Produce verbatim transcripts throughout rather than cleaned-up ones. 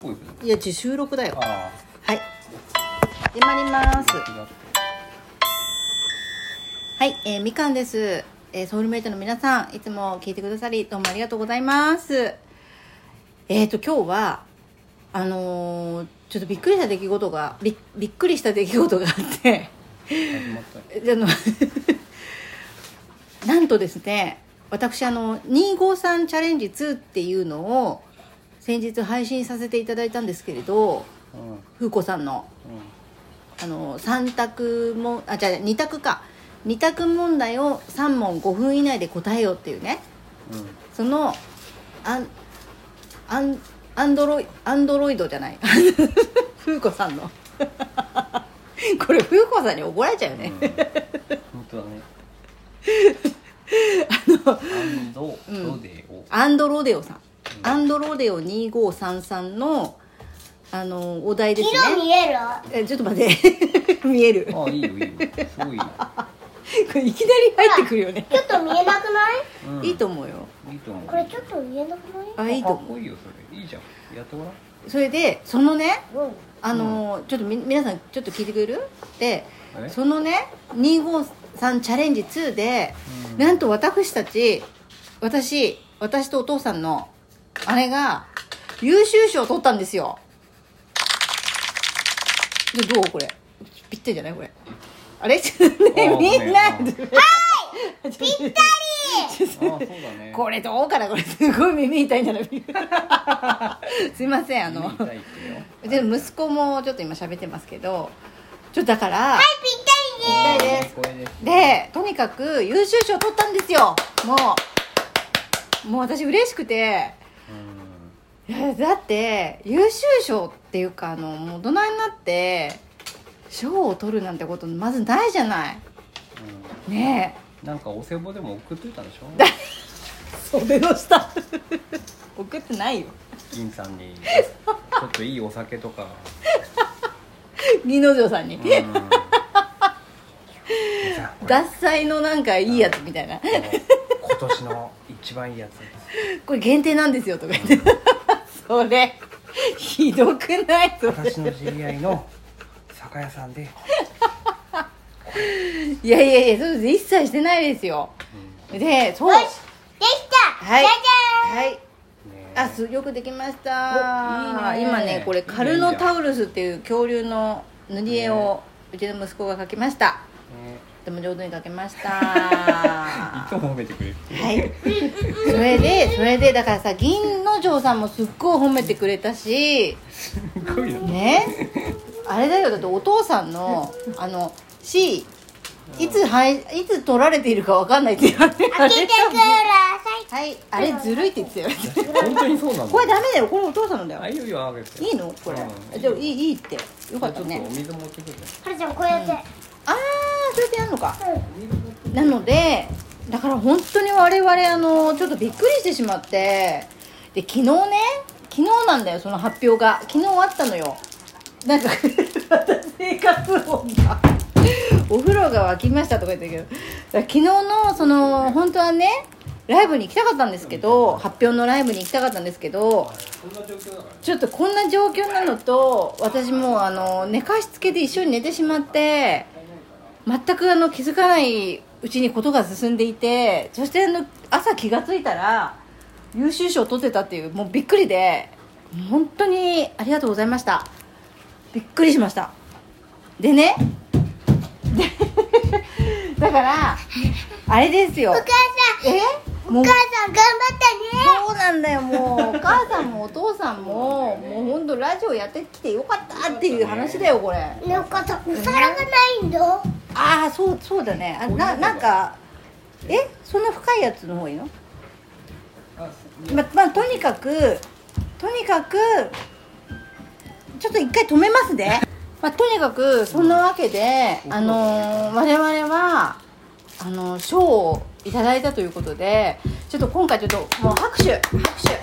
ぽい。 いや、収録だよ。 あはい。始まります。はい、えー、みかんです。えー、ソウルメイトの皆さん、いつも聞いてくださりどうもありがとうございます。えーと今日はあのー、ちょっとびっくりした出来事がびびっくりした出来事があってあのなんとですね、私あのにひゃくごじゅうさんチャレンジツーっていうのを先日配信させていただいたんですけれど、うん、風子さんの、うん、あのさん択もあじゃあに択かに択問題をさん問ごふん以内で答えようっていうね、うん、そのアンアンアンドロイアンドロイドじゃない風子さんのこれ風子さんに怒られちゃうよね、うん、 本当だねあのアンドロデオ、 うん、アンドロデオさん、うん、アンドロデオにせんごひゃくさんじゅうさんのあのお題ですね。 色見える？ えちょっと待って見える。 あいいよいいよすごいいいよこれいきなり入ってくるよね。 ちょっと見えなくない？ うん、いいと思うよ。 いいと思う。 これちょっと見えなくない？ あいいと思う。 かっこいいよそれ。いいじゃん。やってごらん。 それでそのね、 うん、 あの、うん、ちょっとみ皆さんちょっと聞いてくれる？でそのねにひゃくごじゅうさんチャレンジツーで、うん、なんと私たち私私とお父さんの姉が優秀賞を取ったんですよ。でどうこれぴったりじゃないこれ。あれねみんなはいぴったりあそうだね。 これどうかなこれすごい耳痛いんだなすいませんあので息子もちょっと今喋ってますけどちょっとだからはいぴったりです。 ぴったりです。でとにかく優秀賞取ったんですよ。もうもう私嬉しくて、うん、いやだって優秀賞っていうかあのもう大人になって賞を取るなんてことまずないじゃない、うん、ねえなんかお歳暮でも送っといたでしょ袖の下送ってないよ。 銀さんにちょっといいお酒とか銀之丞さんに、うん、獺祭のなんかいいやつみたいな今年の一番いいやつこれ限定なんですよとか言って、うん、それひどくないそれ私の知り合いの酒屋さんでいやいやいやそう一切してないですよ、うん、でそうよしできたはいじゃじゃーん、 はいあすよくできました。いいね今ねこれカルノタウルスっていう恐竜の塗り絵をうちの息子が描きました、ね、とても上手に描けましたいつも褒めてくれるはいそれでそれでだからさ銀之丞さんもすっごい褒めてくれたしすごいよねあれだよだってお父さんのあの Cいつはいいつ取られているかわかんないって言われて開けてください。はいあれずるいって言ってたよ本当にそうなんだ。 これダメだよこれお父さんのだよ。 あいいよいいよあげて。 いいのこれ、うん、でもいいいいってよかったね。 ちょっとお水持ってくるね。 はるちゃんこうやって、うん、ああそうやってやるのか、うん、なのでだから本当に我々あのちょっとびっくりしてしまってで昨日ね昨日なんだよその発表が昨日あったのよ。なんか生活音がお風呂が沸きましたとか言ったけど昨日のその本当はねライブに行きたかったんですけど発表のライブに行きたかったんですけどちょっとこんな状況なのと私もあの寝かしつけで一緒に寝てしまって全くあの気づかないうちにことが進んでいてそしてあの朝気がついたら優秀賞を取ってたっていうもうびっくりで本当にありがとうございました。びっくりしました。でねだからあれですよお母さんえお母さん頑張ったね。 そうなんだよもうお母さんもお父さんももう本当ラジオやってきてよかったっていう話だよこれ。 ねお母さんお皿がないんだ。 ああそうそうだねあななんかえそんな深いやつの方がいいの？ままあとにかくとにかくちょっと一回止めますね。まあ、とにかくそんなわけで、あのー、我々はあの賞をいただいたということでちょっと今回ちょっともう拍手拍手一番いい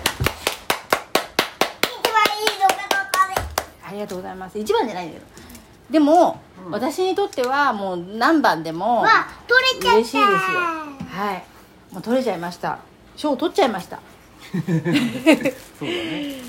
のが取ったね。 ありがとうございます。一番じゃないんだけどでも、うん、私にとってはもう何番でもわ取れちゃった嬉しいですよ。はいもう取れちゃいました賞を取っちゃいましたそうだね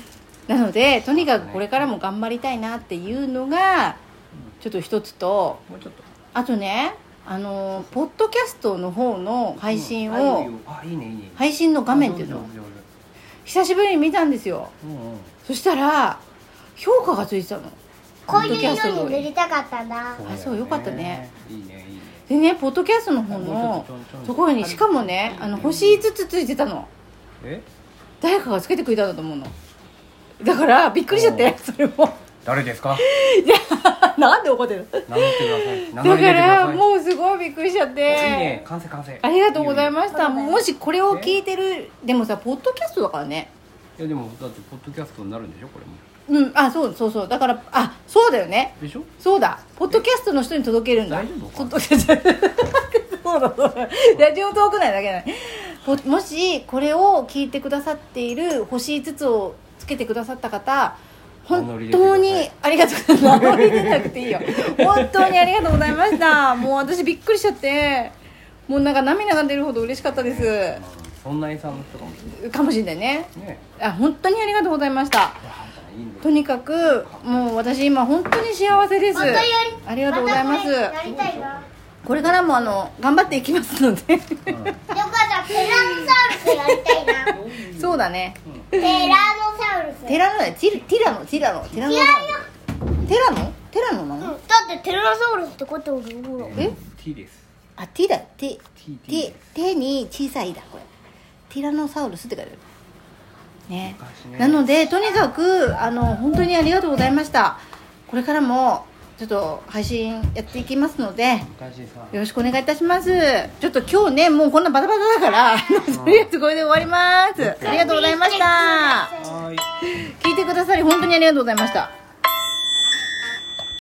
なのでとにかくこれからも頑張りたいなっていうのがちょっと一つと、 もうちょっとあとねあのポッドキャストの方の配信を、 うんあいいよあいいねいいね配信の画面っていうのを上手上手久しぶりに見たんですよ。 うんうんそしたら評価がついてたの。 こういうポッドキャストの色に塗りたかったんだ。 だよねあそうよかったねいいねいいねでねポッドキャストの方もうのちょっとちょんちょんところにしかもねあの星いつつついてたの。 え誰かがつけてくれたんだと思うの。だからびっくりしちゃってそれも誰ですかなんで怒ってる名乗ってください名乗だかり出てくださいらもうすごいびっくりしちゃっていいね完成完成ありがとうございまししたもしこれを聞いてるでもさポッドキャストだからねたいやでもだってポッドキャストになるんでしょこれもうんあそうそうそうだからあそうだよねでしょそうだポッドキャストの人に届けるんだ大丈夫ポッドキャストそうだそうだラジオトーク内だけだねももしこれを聞いてくださっている星いつつをつけてくださった方本当にありがとうございます名乗り出なくていいよ本当にありがとうございましたもう私びっくりしちゃってもうなんか涙が出るほど嬉しかったですうんそんなにさんの人かもしれかもしれないねないねあ本当にありがとうございましたいやいいんだよとにかくもう私今本当に幸せですまたやりありがとうございますまたこれやりたいな。 これからもあの頑張っていきますのででお母さんテラノサウルスやりたいな。 そうだねテラノサウルス。 テラノだよティティラノティラノティラノテラノテラノなのうんだってテラノサウルスってこうやっておるほら。 え T ですあティだテ T 手手に小さいだこれティラノサウルスって書いてあるね昔ねなのでとにかくあの本当にありがとうございましたこれからもちょっと配信やっていきますので昔さよろしくお願いいたしますちょっと今日ねもうこんなバタバタだからとりあえずこれで終わりますありがとうございましたはーい聞いてくださり本当にありがとうございました